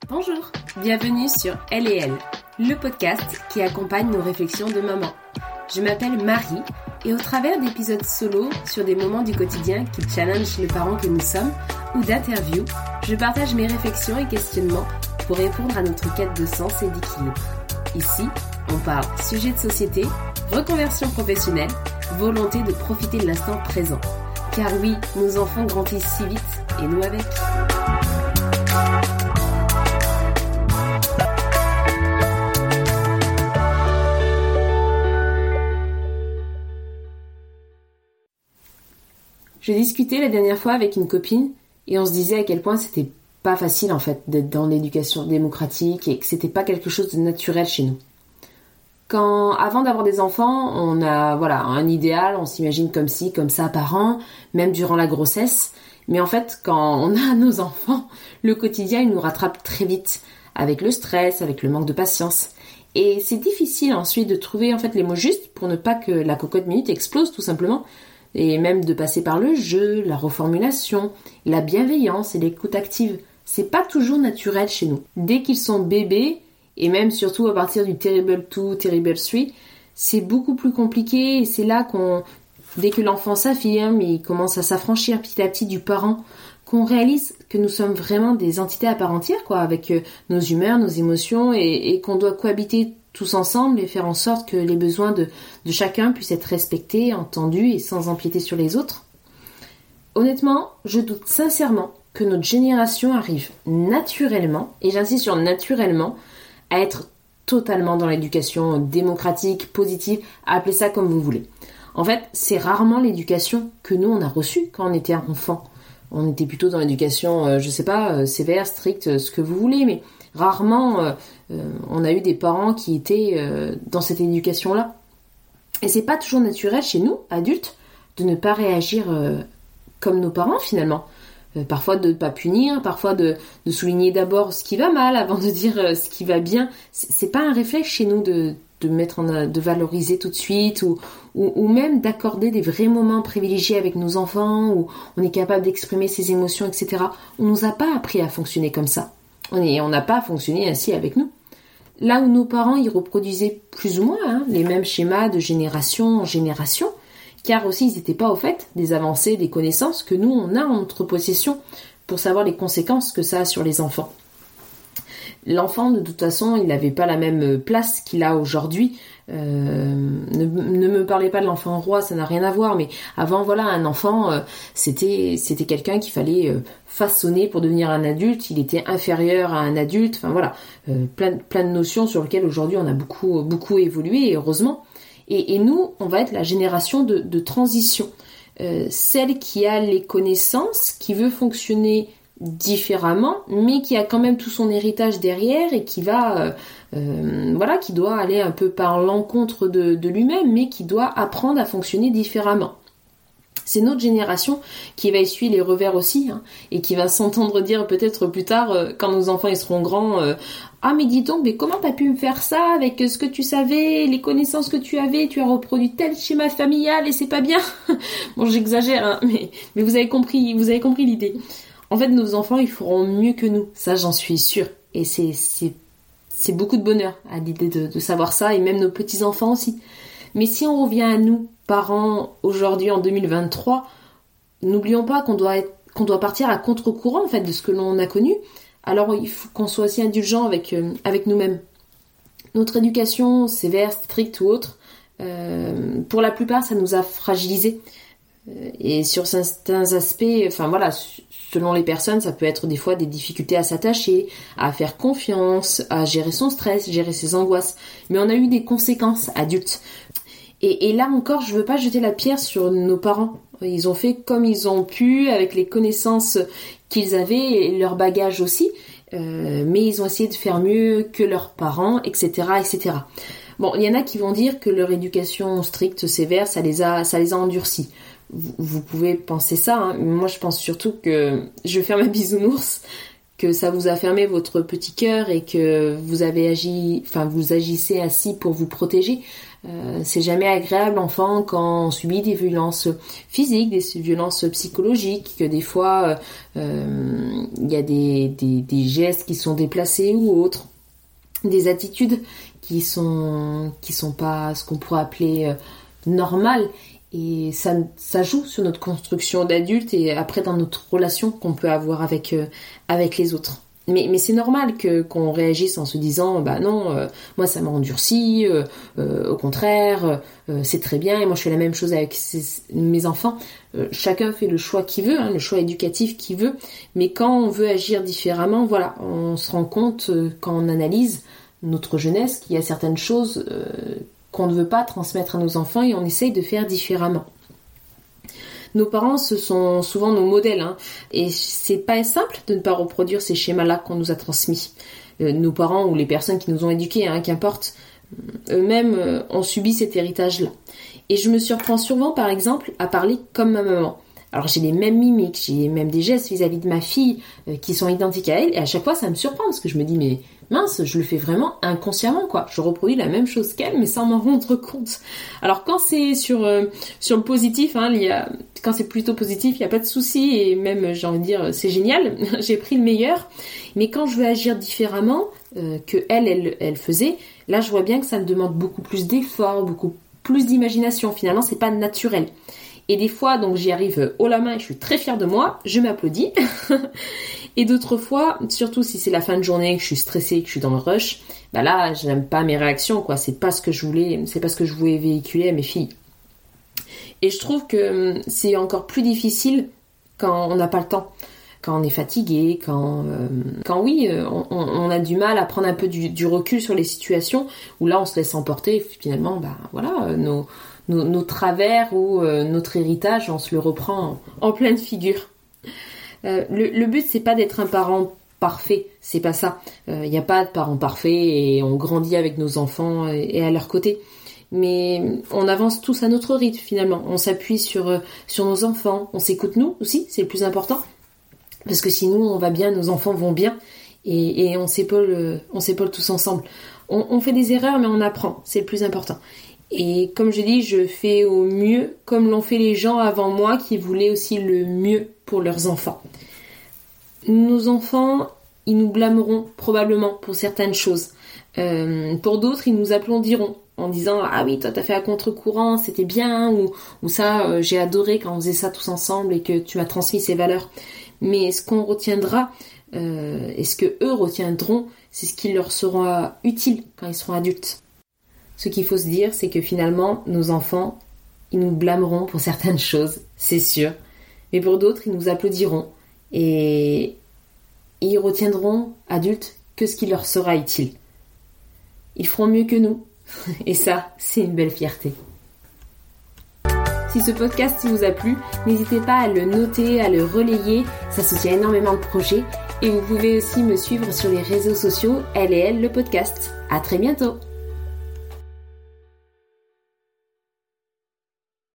Bonjour, bienvenue sur Elle et Elle, le podcast qui accompagne nos réflexions de maman. Je m'appelle Marie et au travers d'épisodes solo sur des moments du quotidien qui challengent les parents que nous sommes ou d'interviews, je partage mes réflexions et questionnements pour répondre à notre quête de sens et d'équilibre. Ici, on parle sujet de société, reconversion professionnelle, volonté de profiter de l'instant présent. Car oui, nos enfants grandissent si vite et nous avec. Je discutais la dernière fois avec une copine et on se disait à quel point c'était pas facile en fait d'être dans l'éducation démocratique et que c'était pas quelque chose de naturel chez nous. Avant d'avoir des enfants, on a un idéal, on s'imagine comme ci, comme ça parents, même durant la grossesse. Mais en fait, quand on a nos enfants, le quotidien il nous rattrape très vite avec le stress, avec le manque de patience. Et c'est difficile ensuite de trouver en fait les mots justes pour ne pas que la cocotte minute explose tout simplement. Et même de passer par le jeu, la reformulation, la bienveillance et l'écoute active. C'est pas toujours naturel chez nous. Dès qu'ils sont bébés, et même surtout à partir du Terrible 2, Terrible 3, c'est beaucoup plus compliqué et c'est là dès que l'enfant s'affirme, il commence à s'affranchir petit à petit du parent, qu'on réalise que nous sommes vraiment des entités à part entière, avec nos humeurs, nos émotions et qu'on doit cohabiter tous ensemble et faire en sorte que les besoins de chacun puissent être respectés, entendus et sans empiéter sur les autres. Honnêtement, je doute sincèrement que notre génération arrive naturellement, et j'insiste sur naturellement, à être totalement dans l'éducation démocratique, positive, appelez ça comme vous voulez. En fait, c'est rarement l'éducation que nous on a reçue quand on était enfant. On était plutôt dans l'éducation, sévère, stricte, ce que vous voulez, mais rarement on a eu des parents qui étaient dans cette éducation-là. Et c'est pas toujours naturel chez nous, adultes, de ne pas réagir comme nos parents finalement. Parfois de ne pas punir, parfois de souligner d'abord ce qui va mal avant de dire ce qui va bien. C'est pas un réflexe chez nous de valoriser tout de suite ou même d'accorder des vrais moments privilégiés avec nos enfants où on est capable d'exprimer ses émotions, etc. On nous a pas appris à fonctionner comme ça. On n'a pas fonctionné ainsi avec nous. Là où nos parents ils reproduisaient plus ou moins les mêmes schémas de génération en génération, car aussi ils n'étaient pas au fait des avancées, des connaissances que nous on a en notre possession pour savoir les conséquences que ça a sur les enfants. L'enfant de toute façon il n'avait pas la même place qu'il a aujourd'hui. Ne me parlez pas de l'enfant roi, ça n'a rien à voir, mais avant un enfant c'était quelqu'un qu'il fallait façonner pour devenir un adulte, il était inférieur à un adulte, plein de notions sur lesquelles aujourd'hui on a beaucoup évolué et heureusement. Et nous, on va être la génération de transition. Celle qui a les connaissances, qui veut fonctionner différemment, mais qui a quand même tout son héritage derrière et qui va, qui doit aller un peu par l'encontre de lui-même, mais qui doit apprendre à fonctionner différemment. C'est notre génération qui va essuyer les revers aussi, et qui va s'entendre dire peut-être plus tard, quand nos enfants ils seront grands, ah mais dis donc, mais comment t'as pu me faire ça avec ce que tu savais, les connaissances que tu avais, tu as reproduit tel schéma familial et c'est pas bien. Bon, j'exagère, mais vous avez compris l'idée. En fait, nos enfants ils feront mieux que nous, ça j'en suis sûre, et c'est beaucoup de bonheur à l'idée de savoir ça, et même nos petits enfants aussi. Mais si on revient à nous, parents, aujourd'hui en 2023, n'oublions pas qu'on doit partir à contre-courant en fait de ce que l'on a connu. Alors il faut qu'on soit aussi indulgent avec nous-mêmes. Notre éducation sévère, stricte ou autre, pour la plupart ça nous a fragilisés. Et sur certains aspects, selon les personnes, ça peut être des fois des difficultés à s'attacher, à faire confiance, à gérer son stress, gérer ses angoisses. Mais on a eu des conséquences adultes. Et là encore, je veux pas jeter la pierre sur nos parents. Ils ont fait comme ils ont pu, avec les connaissances qu'ils avaient et leur bagage aussi. Mais ils ont essayé de faire mieux que leurs parents, etc., etc. Bon, il y en a qui vont dire que leur éducation stricte, sévère, ça les a endurcis. Vous pouvez penser ça, Moi je pense surtout que je vais faire ma bisounours, que ça vous a fermé votre petit cœur et que vous agissez ainsi pour vous protéger. C'est jamais agréable, enfant, quand on subit des violences physiques, des violences psychologiques, que des fois il y a des gestes qui sont déplacés ou autres, des attitudes qui sont pas ce qu'on pourrait appeler normales, et ça joue sur notre construction d'adulte et après dans notre relation qu'on peut avoir avec les autres. Mais c'est normal qu'on réagisse en se disant non, moi ça m'a endurci, au contraire, c'est très bien, et moi je fais la même chose avec mes enfants. Chacun fait le choix qu'il veut, le choix éducatif qu'il veut, mais quand on veut agir différemment, voilà, on se rend compte quand on analyse notre jeunesse qu'il y a certaines choses qu'on ne veut pas transmettre à nos enfants et on essaye de faire différemment. Nos parents, ce sont souvent nos modèles, et c'est pas simple de ne pas reproduire ces schémas-là qu'on nous a transmis. Nos parents ou les personnes qui nous ont éduqués, qu'importe, eux-mêmes ont subi cet héritage-là. Et je me surprends souvent, par exemple, à parler comme ma maman. Alors j'ai les mêmes mimiques, j'ai même des gestes vis-à-vis de ma fille qui sont identiques à elle, et à chaque fois ça me surprend parce que je me dis mais mince, je le fais vraiment inconsciemment quoi. Je reproduis la même chose qu'elle mais sans m'en rendre compte. Alors quand c'est sur le positif, quand c'est plutôt positif, il n'y a pas de souci et même j'ai envie de dire c'est génial, j'ai pris le meilleur. Mais quand je veux agir différemment que elle faisait, là je vois bien que ça me demande beaucoup plus d'efforts, beaucoup plus d'imagination. Finalement c'est pas naturel. Et des fois, donc j'y arrive haut la main et je suis très fière de moi, je m'applaudis. Et d'autres fois, surtout si c'est la fin de journée, que je suis stressée, que je suis dans le rush, là, j'aime pas mes réactions, quoi. C'est pas ce que je voulais véhiculer à mes filles. Et je trouve que c'est encore plus difficile quand on n'a pas le temps, quand on est fatigué, quand on a du mal à prendre un peu du recul sur les situations où là on se laisse emporter. Et finalement, nos travers ou notre héritage, on se le reprend en pleine figure. Le but, c'est pas d'être un parent parfait, c'est pas ça. Il n'y a pas de parents parfaits et on grandit avec nos enfants et à leur côté. Mais on avance tous à notre rythme finalement. On s'appuie sur nos enfants, on s'écoute nous aussi, c'est le plus important. Parce que si nous on va bien, nos enfants vont bien et on s'épaule tous ensemble. On fait des erreurs mais on apprend, c'est le plus important. Et comme je dis, je fais au mieux comme l'ont fait les gens avant moi qui voulaient aussi le mieux pour leurs enfants. Nos enfants, ils nous blâmeront probablement pour certaines choses. Pour d'autres, ils nous applaudiront en disant « Ah oui, toi t'as fait à contre-courant, c'était bien » ou « ça, j'ai adoré quand on faisait ça tous ensemble et que tu m'as transmis ces valeurs ». Mais ce qu'on retiendra et ce que eux retiendront, c'est ce qui leur sera utile quand ils seront adultes. Ce qu'il faut se dire, c'est que finalement, nos enfants, ils nous blâmeront pour certaines choses, c'est sûr. Mais pour d'autres, ils nous applaudiront. Et ils retiendront, adultes, que ce qui leur sera utile. Ils feront mieux que nous. Et ça, c'est une belle fierté. Si ce podcast vous a plu, n'hésitez pas à le noter, à le relayer. Ça soutient énormément le projet. Et vous pouvez aussi me suivre sur les réseaux sociaux, Elle et Elle, le podcast. À très bientôt!